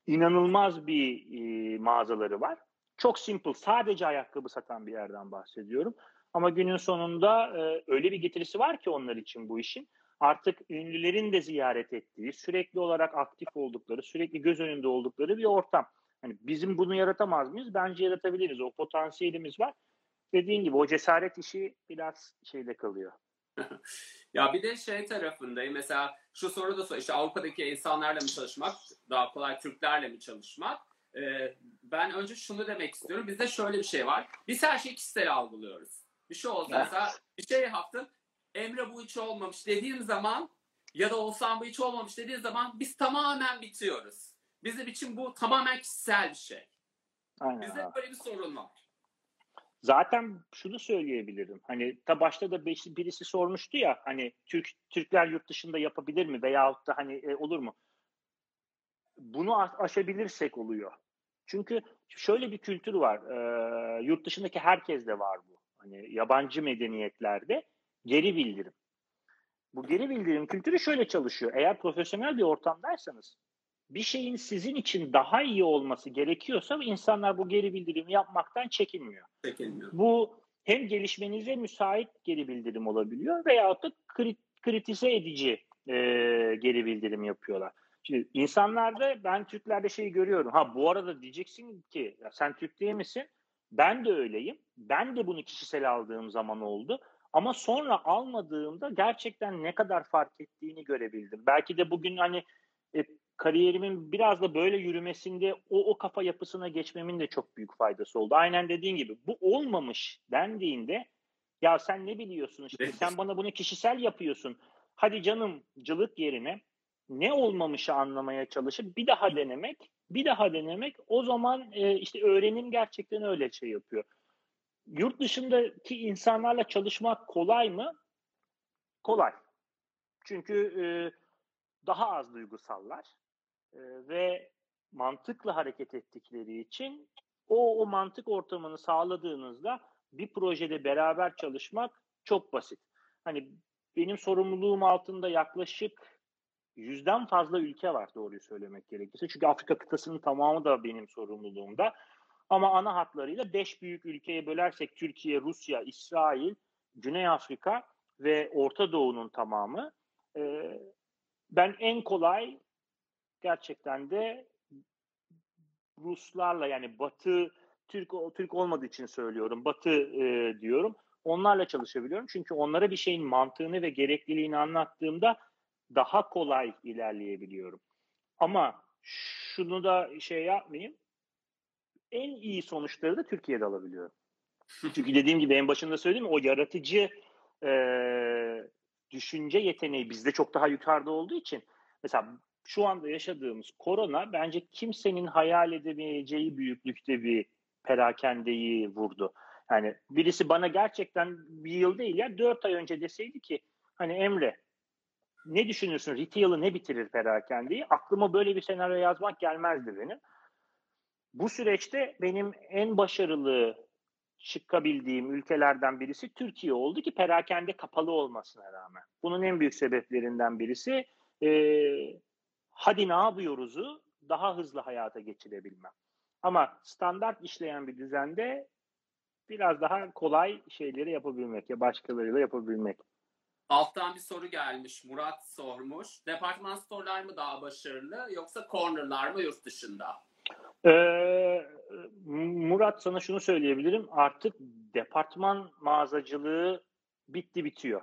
inanılmaz bir mağazaları var. Çok simple, sadece ayakkabı satan bir yerden bahsediyorum. Ama günün sonunda öyle bir getirisi var ki onlar için bu işin. Artık ünlülerin de ziyaret ettiği, sürekli olarak aktif oldukları, sürekli göz önünde oldukları bir ortam. Hani bizim bunu yaratamaz mıyız? Bence yaratabiliriz. O potansiyelimiz var. Dediğin gibi o cesaret işi biraz şeyde kalıyor. Ya bir de şey tarafındayım. Mesela şu soru da sor. İşte Avrupa'daki insanlarla mı çalışmak daha kolay, Türklerle mi çalışmak? Ben önce şunu demek istiyorum. Bizde şöyle bir şey var. Biz her şeyi kişisel algılıyoruz. Bir şey olsa mesela bir şey yaptın. Emre bu hiç olmamış dediğim zaman ya da Oğuzhan bu hiç olmamış dediğim zaman biz tamamen bitiyoruz. Bizim için bu tamamen kişisel bir şey. Aynen Bizde abi. böyle bir sorun var. Zaten şunu söyleyebilirim. Hani ta başta da birisi sormuştu ya, hani Türkler yurt dışında yapabilir mi veyahut da hani olur mu? Bunu aşabilirsek oluyor. Çünkü şöyle bir kültür var. Yurt dışındaki herkes de var bu. Hani yabancı medeniyetlerde geri bildirim. Bu geri bildirim kültürü şöyle çalışıyor. Eğer profesyonel bir ortamdaysanız, bir şeyin sizin için daha iyi olması gerekiyorsa insanlar bu geri bildirimi yapmaktan çekinmiyor. Çekilmiyor. Bu hem gelişmenize müsait geri bildirim olabiliyor veyahut da kritize edici geri bildirim yapıyorlar. Şimdi insanlarda, ben Türklerde şeyi görüyorum. Ha, bu arada diyeceksin ki ya sen Türk değil misin? Ben de öyleyim. Ben de bunu kişisel aldığım zaman oldu. Ama sonra almadığımda gerçekten ne kadar fark ettiğini görebildim. Belki de bugün hani kariyerimin biraz da böyle yürümesinde o kafa yapısına geçmemin de çok büyük faydası oldu. Aynen dediğin gibi, bu olmamış dendiğinde ya sen ne biliyorsun işte, sen bana bunu kişisel yapıyorsun. Hadi canım, cılık yerine ne olmamışı anlamaya çalışıp bir daha denemek, bir daha denemek, o zaman işte öğrenim gerçekten öyle şey yapıyor. Yurt dışındaki insanlarla çalışmak kolay mı? Kolay. Çünkü daha az duygusallar ve mantıkla hareket ettikleri için o mantık ortamını sağladığınızda bir projede beraber çalışmak çok basit. Hani benim sorumluluğum altında yaklaşık 100'den fazla ülke var, doğruyu söylemek gerekirse. Çünkü Afrika kıtasının tamamı da benim sorumluluğumda. Ama ana hatlarıyla 5 büyük ülkeye bölersek Türkiye, Rusya, İsrail, Güney Afrika ve Orta Doğu'nun tamamı. Ben en kolay gerçekten de Ruslarla, yani Batı, Türk olmadığı için söylüyorum, Batı diyorum. Onlarla çalışabiliyorum. Çünkü onlara bir şeyin mantığını ve gerekliliğini anlattığımda daha kolay ilerleyebiliyorum. Ama şunu da şey yapmayayım, en iyi sonuçları da Türkiye'de alabiliyorum. Çünkü dediğim gibi en başında söyledim, o yaratıcı e, düşünce yeteneği bizde çok daha yukarıda olduğu için, mesela şu anda yaşadığımız korona bence kimsenin hayal edemeyeceği büyüklükte bir perakendeyi vurdu. Yani birisi bana gerçekten bir yıl değil ya 4 ay önce deseydi ki hani Emre, ne düşünürsün, retail'ı ne bitirir perakendeyi, aklıma böyle bir senaryo yazmak gelmezdi benim. Bu süreçte benim en başarılı çıkabildiğim ülkelerden birisi Türkiye oldu ki perakende kapalı olmasına rağmen. Bunun en büyük sebeplerinden birisi e, hadi ne yapıyoruz'u daha hızlı hayata geçirebilmem. Ama standart işleyen bir düzende biraz daha kolay şeyleri yapabilmek ya başkalarıyla yapabilmek. Alttan bir soru gelmiş. Murat sormuş. Departman store'lar mı daha başarılı yoksa corner'lar mı yurt dışında? Murat, sana şunu söyleyebilirim. Artık departman mağazacılığı bitti bitiyor.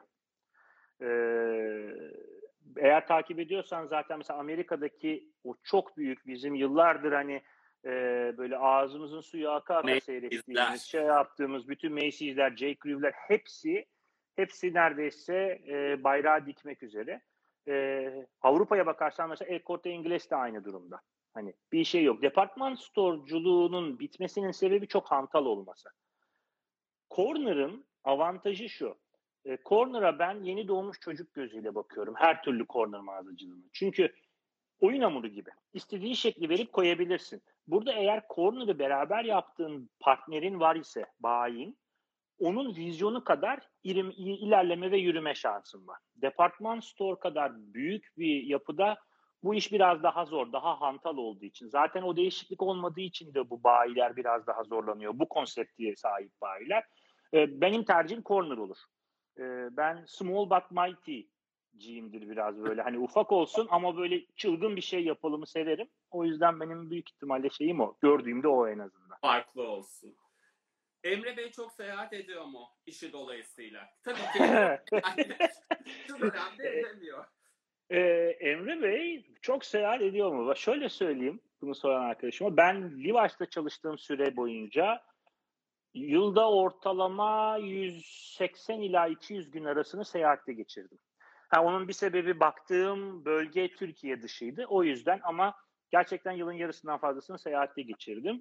Eğer takip ediyorsan zaten mesela Amerika'daki o çok büyük, bizim yıllardır hani böyle ağzımızın suyu aka aka seyrettiğimiz, Macy's'ler. şey yaptığımız bütün Macy's'ler, J. Crew'ler, hepsi neredeyse bayrağı dikmek üzere. Avrupa'ya bakarsan mesela El Corte Inglés de aynı durumda. Hani bir şey yok. Departman storeculuğunun bitmesinin sebebi çok hantal olması. Corner'ın avantajı şu. Corner'a ben yeni doğmuş çocuk gözüyle bakıyorum. Her türlü corner mağazacılığını. Çünkü oyun hamuru gibi. İstediğin şekli verip koyabilirsin. Burada eğer corner'ı beraber yaptığın partnerin var ise, bayin, onun vizyonu kadar ilerleme ve yürüme şansın var. Departman store kadar büyük bir yapıda Bu iş biraz daha zor, daha hantal olduğu için. Zaten o değişiklik olmadığı için de bu bayiler biraz daha zorlanıyor. Bu konsepte sahip bayiler. Benim tercihim corner olur. Ben small but mighty'ciyimdir biraz böyle. Hani ufak olsun ama böyle çılgın bir şey yapalımı severim. O yüzden benim büyük ihtimalle şeyim o. Gördüğümde o en azından. Farklı olsun. Emre Bey çok seyahat ediyor mu işi dolayısıyla? Tabii ki şu dönemde edemiyor. Emre Bey çok seyahat ediyor mu? Şöyle söyleyeyim bunu soran arkadaşıma. Ben Livaş'ta çalıştığım süre boyunca yılda ortalama 180 ila 200 gün arasını seyahatte geçirdim. Onun bir sebebi baktığım bölge Türkiye dışıydı. O yüzden ama gerçekten yılın yarısından fazlasını seyahatte geçirdim.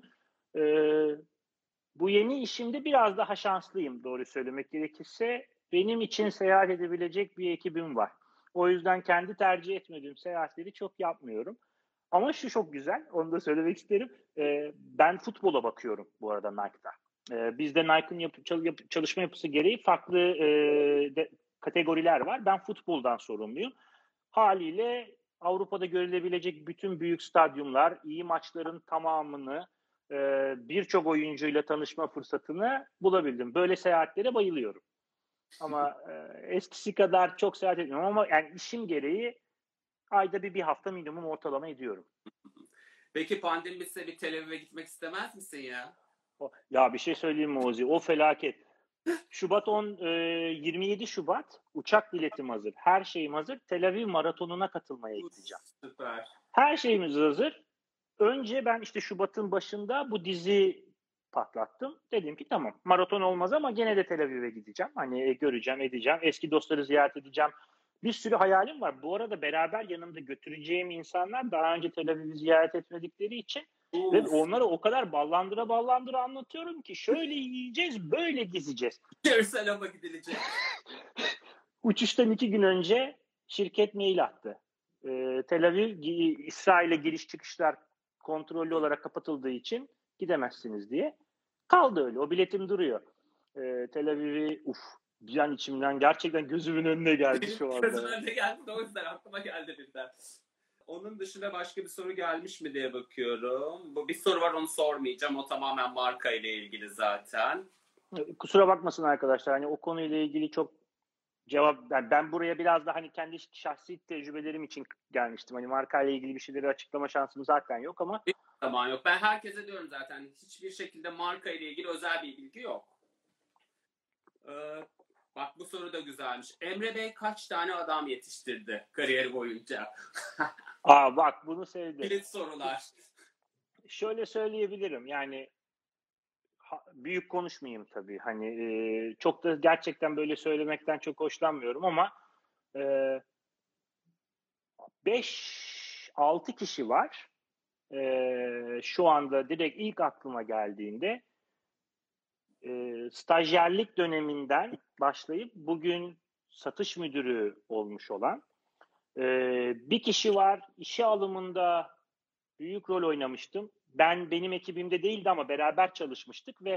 Bu yeni işimde biraz daha şanslıyım doğru söylemek gerekirse. Benim için seyahat edebilecek bir ekibim var. O yüzden kendi tercih etmediğim seyahatleri çok yapmıyorum. Ama şu çok güzel, onu da söylemek isterim. Ben futbola bakıyorum bu arada Nike'da. Bizde Nike'ın çalışma yapısı gereği farklı kategoriler var. Ben futboldan sorumluyum. Haliyle Avrupa'da görülebilecek bütün büyük stadyumlar, iyi maçların tamamını, birçok oyuncuyla tanışma fırsatını bulabildim. Böyle seyahatlere bayılıyorum. Ama eskisi kadar çok seyahat etmiyorum ama yani işim gereği ayda bir hafta minimum ortalama ediyorum. Peki pandemi bitse bir Tel Aviv'e gitmek istemez misin ya? Ya bir şey söyleyeyim mi Ozi? O felaket. 27 Şubat uçak biletim hazır. Her şeyim hazır. Tel Aviv maratonuna katılmaya gideceğim. Süper. Her şeyimiz hazır. Önce ben işte Şubat'ın başında bu dizi patlattım. Dedim ki tamam maraton olmaz ama gene de Tel Aviv'e gideceğim. Hani göreceğim, edeceğim. Eski dostları ziyaret edeceğim. Bir sürü hayalim var. Bu arada beraber yanımda götüreceğim insanlar daha önce Tel Aviv'i ziyaret etmedikleri için ve onlara o kadar ballandıra anlatıyorum ki şöyle yiyeceğiz, böyle gezeceğiz. Jerusalem'a gidilecek. Uçuştan 2 gün önce şirket mail attı. Tel Aviv, İsrail'e giriş çıkışlar kontrollü olarak kapatıldığı için gidemezsiniz diye. Kaldı öyle. O biletim duruyor. Tel Aviv'i bir an içimden gerçekten gözümün önüne geldi şu anda. Gözümün önüne geldi de o yüzden aklıma geldi birden. Onun dışında başka bir soru gelmiş mi diye bakıyorum. Bu bir soru var onu sormayacağım. O tamamen marka ile ilgili zaten. Kusura bakmasın arkadaşlar. Hani o konuyla ilgili çok cevap yani ben buraya biraz da hani kendi şahsi tecrübelerim için gelmiştim. Hani markayla ilgili bir şeyleri açıklama şansım zaten yok ama Tamam yok. Ben herkese diyorum zaten hiçbir şekilde marka ile ilgili özel bir bilgi yok. Bak bu soru da güzelmiş. Emre Bey kaç tane adam yetiştirdi kariyeri boyunca? Bak bunu sevdim. Kilit sorular. Şöyle söyleyebilirim yani büyük konuşmayayım tabii. Hani çok da gerçekten böyle söylemekten çok hoşlanmıyorum ama 5-6 kişi var. Şu anda direkt ilk aklıma geldiğinde stajyerlik döneminden başlayıp bugün satış müdürü olmuş olan bir kişi var. İşe alımında büyük rol oynamıştım. Benim ekibimde değildi ama beraber çalışmıştık ve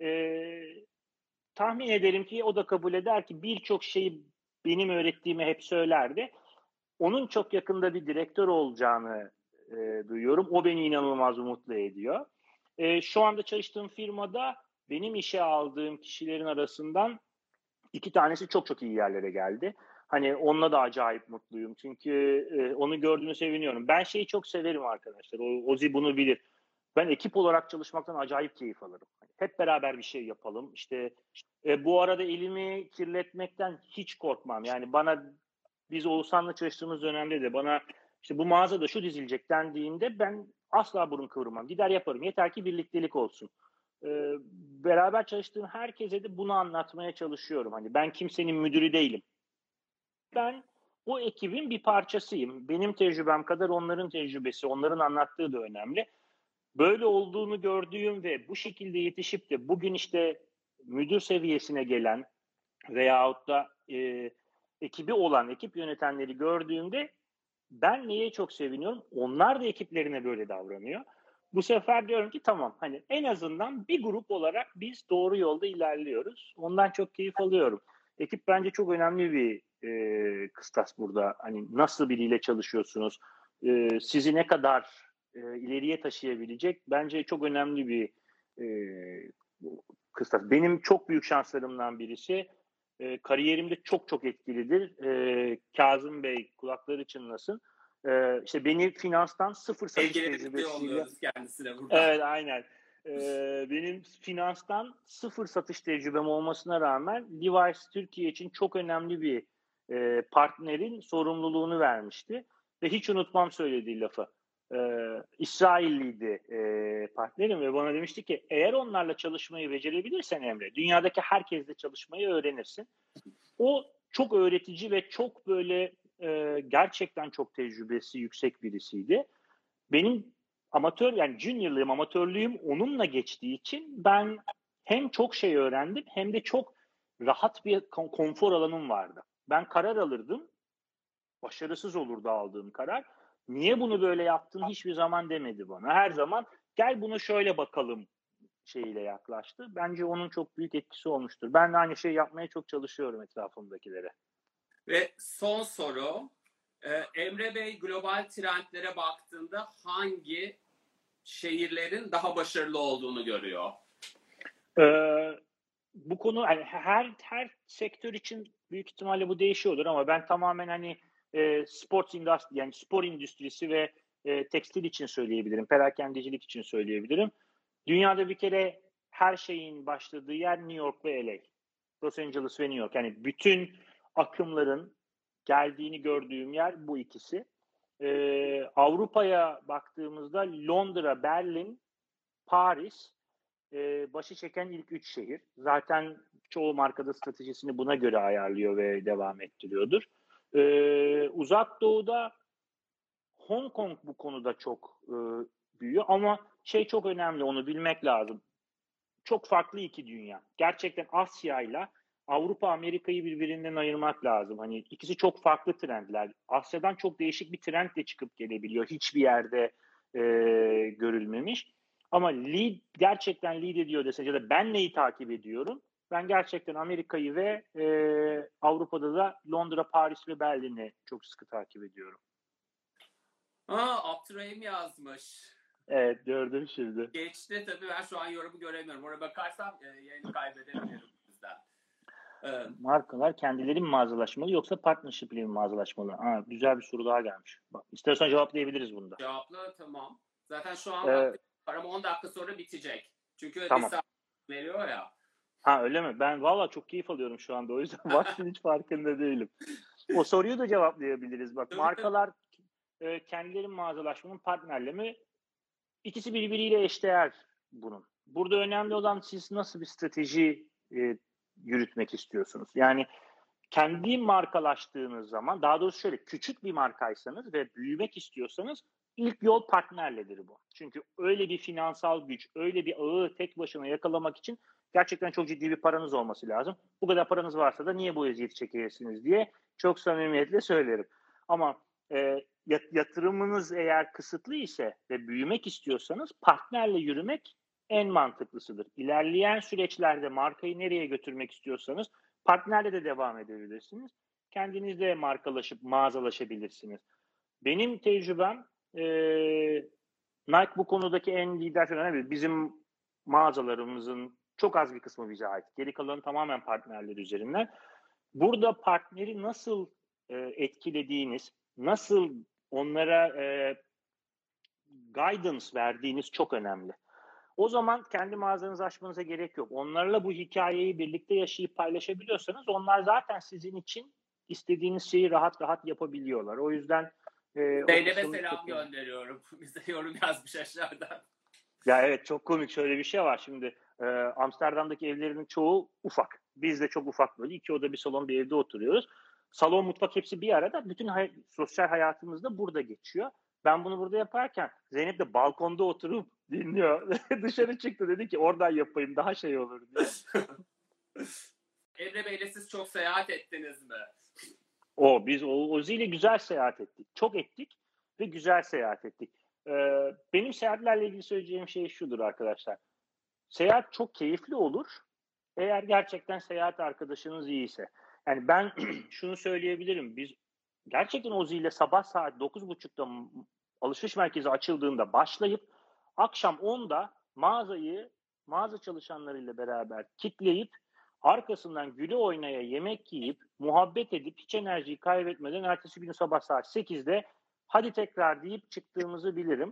tahmin ederim ki o da kabul eder ki birçok şeyi benim öğrettiğimi hep söylerdi. Onun çok yakında bir direktör olacağını duyuyorum. O beni inanılmaz mutlu ediyor. Şu anda çalıştığım firmada benim işe aldığım kişilerin arasından 2 tanesi çok çok iyi yerlere geldi. Hani onunla da acayip mutluyum. Çünkü onu gördüğünü seviniyorum. Ben şeyi çok severim arkadaşlar. Ozi bunu bilir. Ben ekip olarak çalışmaktan acayip keyif alırım. Hep beraber bir şey yapalım. İşte bu arada elimi kirletmekten hiç korkmam. Yani biz Oğuzhan'la çalıştığımız dönemde de bana işte bu mağazada şu dizilecek dendiğinde ben asla burun kıvırmam. Gider yaparım. Yeter ki birliktelik olsun. Beraber çalıştığım herkese de bunu anlatmaya çalışıyorum. Hani ben kimsenin müdürü değilim. Ben o ekibin bir parçasıyım. Benim tecrübem kadar onların tecrübesi, onların anlattığı da önemli. Böyle olduğunu gördüğüm ve bu şekilde yetişip de bugün işte müdür seviyesine gelen veyahut da ekibi olan, ekip yönetenleri gördüğümde ben neye çok seviniyorum? Onlar da ekiplerine böyle davranıyor. Bu sefer diyorum ki tamam hani en azından bir grup olarak biz doğru yolda ilerliyoruz. Ondan çok keyif alıyorum. Ekip bence çok önemli bir kıstas burada. Hani nasıl biriyle çalışıyorsunuz? sizi ne kadar ileriye taşıyabilecek bence çok önemli bir kıstas. Benim çok büyük şanslarımdan birisi, kariyerimde çok çok etkilidir. Kazım Bey kulakları çınlasın. İşte beni finanstan sıfır satış tecrübesiyle... oluyoruz kendisine burada. Evet, aynen. Benim finanstan sıfır satış tecrübem olmasına rağmen Levi's Türkiye için çok önemli bir partnerin sorumluluğunu vermişti. Ve hiç unutmam söylediği lafı. İsrailliydi partnerim ve bana demişti ki eğer onlarla çalışmayı becerebilirsen Emre, dünyadaki herkesle çalışmayı öğrenirsin. O çok öğretici ve çok böyle gerçekten çok tecrübesi yüksek birisiydi. Benim amatörlüğüm onunla geçtiği için ben hem çok şey öğrendim hem de çok rahat bir konfor alanım vardı. Ben karar alırdım, başarısız olurdu aldığım karar. Niye bunu böyle yaptın hiçbir zaman demedi bana. Her zaman gel bunu şöyle bakalım şeyiyle yaklaştı. Bence onun çok büyük etkisi olmuştur. Ben de aynı şeyi yapmaya çok çalışıyorum etrafımdakilere. Ve son soru, Emre Bey global trendlere baktığında hangi şehirlerin daha başarılı olduğunu görüyor? Bu konu yani her sektör için büyük ihtimalle bu değişiyordur ama ben tamamen hani spor endüstrisi ve tekstil için söyleyebilirim. Perakendecilik için söyleyebilirim. Dünyada bir kere her şeyin başladığı yer New York ve LA. Los Angeles ve New York. Yani bütün akımların geldiğini gördüğüm yer bu ikisi. Avrupa'ya baktığımızda Londra, Berlin, Paris başı çeken ilk 3 şehir. Zaten çoğu markada stratejisini buna göre ayarlıyor ve devam ettiriyordur. Uzak Doğu'da Hong Kong bu konuda çok büyüyor ama çok önemli, onu bilmek lazım. Çok farklı iki dünya. Gerçekten Asya ile Avrupa, Amerika'yı birbirinden ayırmak lazım. Hani ikisi çok farklı trendler. Asya'dan çok değişik bir trend de çıkıp gelebiliyor. Hiçbir yerde görülmemiş. Ama gerçekten lead ediyor desen ya da ben neyi takip ediyorum? Ben gerçekten Amerika'yı ve Avrupa'da da Londra, Paris ve Berlin'i çok sıkı takip ediyorum. Abdurrahim yazmış. Evet, gördüm şimdi. Geçti tabii, ben şu an yorumu göremiyorum. Oraya bakarsam yayını kaybedebilirim bizden. Markalar kendileri mi mağazalaşmalı yoksa partnership'li mi mağazalaşmalı? Güzel bir soru daha gelmiş. Bak, istersen cevaplayabiliriz bunda. Cevapla, tamam. Zaten şu an param 10 dakika sonra bitecek. Çünkü tamam. Veriyor ya. Öyle mi? Ben valla çok keyif alıyorum şu anda. O yüzden vaktin hiç farkında değilim. O soruyu da cevaplayabiliriz. Bak, markalar kendileri mağazalaşmanın partnerle mi? İkisi birbiriyle eşdeğer bunun. Burada önemli olan siz nasıl bir strateji yürütmek istiyorsunuz? Yani kendi markalaştığınız zaman, daha doğrusu şöyle, küçük bir markaysanız ve büyümek istiyorsanız ilk yol partnerledir bu. Çünkü öyle bir finansal güç, öyle bir ağı tek başına yakalamak için gerçekten çok ciddi bir paranız olması lazım. Bu kadar paranız varsa da niye bu eziyeti çekiyorsunuz diye çok samimiyetle söylerim. Ama yatırımınız eğer kısıtlı ise ve büyümek istiyorsanız partnerle yürümek en mantıklısıdır. İlerleyen süreçlerde markayı nereye götürmek istiyorsanız partnerle de devam edebilirsiniz. Kendiniz de markalaşıp mağazalaşabilirsiniz. Benim tecrübem Nike bu konudaki en lider. Bizim mağazalarımızın çok az bir kısmı bize ait. Geri kalanı tamamen partnerler üzerinden. Burada partneri nasıl etkilediğiniz, nasıl onlara guidance verdiğiniz çok önemli. O zaman kendi mağazanızı açmanıza gerek yok. Onlarla bu hikayeyi birlikte yaşayıp paylaşabiliyorsanız onlar zaten sizin için istediğiniz şeyi rahat rahat yapabiliyorlar. O yüzden Zeynep'e selam gönderiyorum. Bize yorum yazmış aşağıdan. Ya evet, çok komik. Şöyle bir şey var şimdi. Amsterdam'daki evlerin çoğu ufak. Biz de çok ufak, böyle 2 oda bir salon bir evde oturuyoruz. Salon, mutfak hepsi bir arada. Bütün sosyal hayatımız da burada geçiyor. Ben bunu burada yaparken Zeynep de balkonda oturup dinliyor. Dışarı çıktı, dedi ki oradan yapayım daha şey olur diye. Emre Bey'le siz çok seyahat ettiniz mi? Biz Ozi ile güzel seyahat ettik. Çok ettik ve güzel seyahat ettik. Benim seyahatlerle ilgili söyleyeceğim şey şudur arkadaşlar. Seyahat çok keyifli olur eğer gerçekten seyahat arkadaşınız iyiyse. Yani ben şunu söyleyebilirim. Biz gerçekten Ozi ile sabah saat 9.30'da alışveriş merkezi açıldığında başlayıp akşam 10'da mağaza çalışanlarıyla beraber kitleyip arkasından güle oynaya yemek yiyip muhabbet edip hiç enerjiyi kaybetmeden ertesi gün sabah saat 8'de hadi tekrar deyip çıktığımızı bilirim.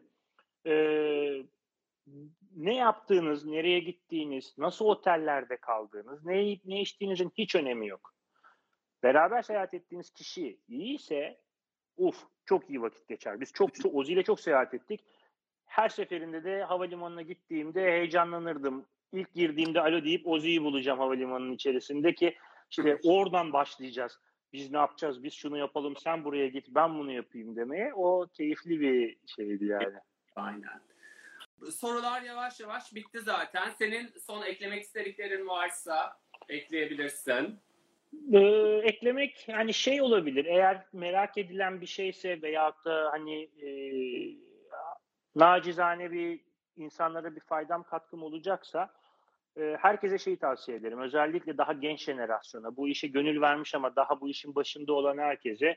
Ne yaptığınız, nereye gittiğiniz, nasıl otellerde kaldığınız, ne yiyip ne içtiğinizin hiç önemi yok. Beraber seyahat ettiğiniz kişi iyiyse çok iyi vakit geçer. Biz çok Ozi ile çok seyahat ettik. Her seferinde de havalimanına gittiğimde heyecanlanırdım. İlk girdiğimde alo deyip Ozi'yi bulacağım havalimanının içerisinde ki işte oradan başlayacağız. Biz ne yapacağız? Biz şunu yapalım. Sen buraya git. Ben bunu yapayım demeye. O keyifli bir şeydi yani. Aynen. Sorular yavaş yavaş bitti zaten. Senin son eklemek istediklerin varsa ekleyebilirsin. Eklemek hani şey olabilir. Eğer merak edilen bir şeyse veyahut da hani nacizane bir insanlara bir faydam katkım olacaksa herkese şeyi tavsiye ederim. Özellikle daha genç jenerasyona, bu işe gönül vermiş ama daha bu işin başında olan herkese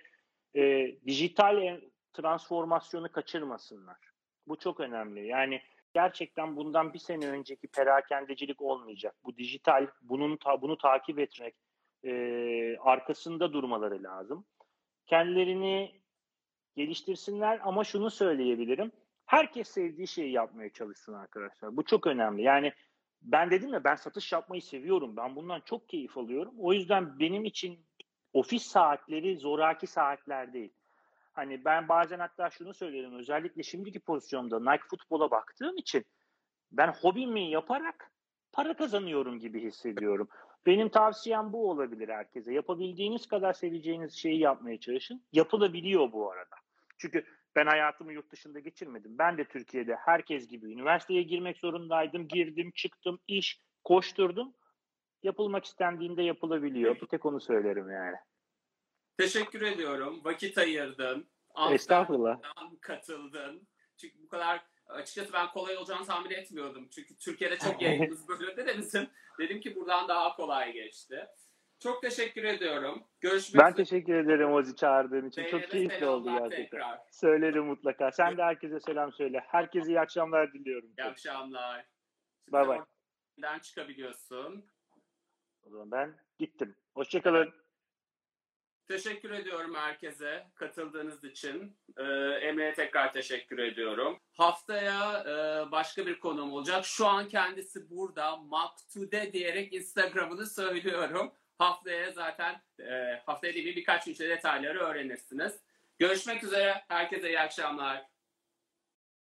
dijital transformasyonu kaçırmasınlar. Bu çok önemli. Yani gerçekten bundan bir sene önceki perakendecilik olmayacak. Bu dijital, bunu takip etmek, arkasında durmaları lazım. Kendilerini geliştirsinler ama şunu söyleyebilirim. Herkes sevdiği şeyi yapmaya çalışsın arkadaşlar. Bu çok önemli. Yani ben dedim ya, ben satış yapmayı seviyorum. Ben bundan çok keyif alıyorum. O yüzden benim için ofis saatleri zoraki saatler değil. Hani ben bazen hatta şunu söylerim. Özellikle şimdiki pozisyonda Nike futbola baktığım için ben hobimi yaparak para kazanıyorum gibi hissediyorum. Benim tavsiyem bu olabilir herkese. Yapabildiğiniz kadar seveceğiniz şeyi yapmaya çalışın. Yapılabiliyor bu arada. Çünkü ben hayatımı yurt dışında geçirmedim. Ben de Türkiye'de herkes gibi üniversiteye girmek zorundaydım. Girdim, çıktım, iş, koşturdum. Yapılmak istendiğinde yapılabiliyor. Bir tek onu söylerim yani. Teşekkür ediyorum. Vakit ayırdın. Estağfurullah. Amsterdam'dan katıldın. Çünkü bu kadar, açıkçası ben kolay olacağını tahmin etmiyordum. Çünkü Türkiye'de çok yayınımız bölümde de bizim. Dedim ki buradan daha kolay geçti. Çok teşekkür ediyorum. Görüşmek üzere. Ben teşekkür ederim Ozi çağırdığın için. Çok keyifli oldu gerçekten. Tekrar. Söylerim mutlaka. Sen de herkese selam söyle. Herkese iyi akşamlar diliyorum. İyi akşamlar. Bye bye. Oradan çıkabiliyorsun. O zaman ben gittim. Hoşçakalın. Teşekkür ediyorum herkese katıldığınız için. Emre'ye tekrar teşekkür ediyorum. Haftaya başka bir konuğum olacak. Şu an kendisi burada. Maktude diyerek Instagram'ını söylüyorum. Haftaya zaten haftaya değil birkaç gün içinde detayları öğrenirsiniz. Görüşmek üzere. Herkese iyi akşamlar.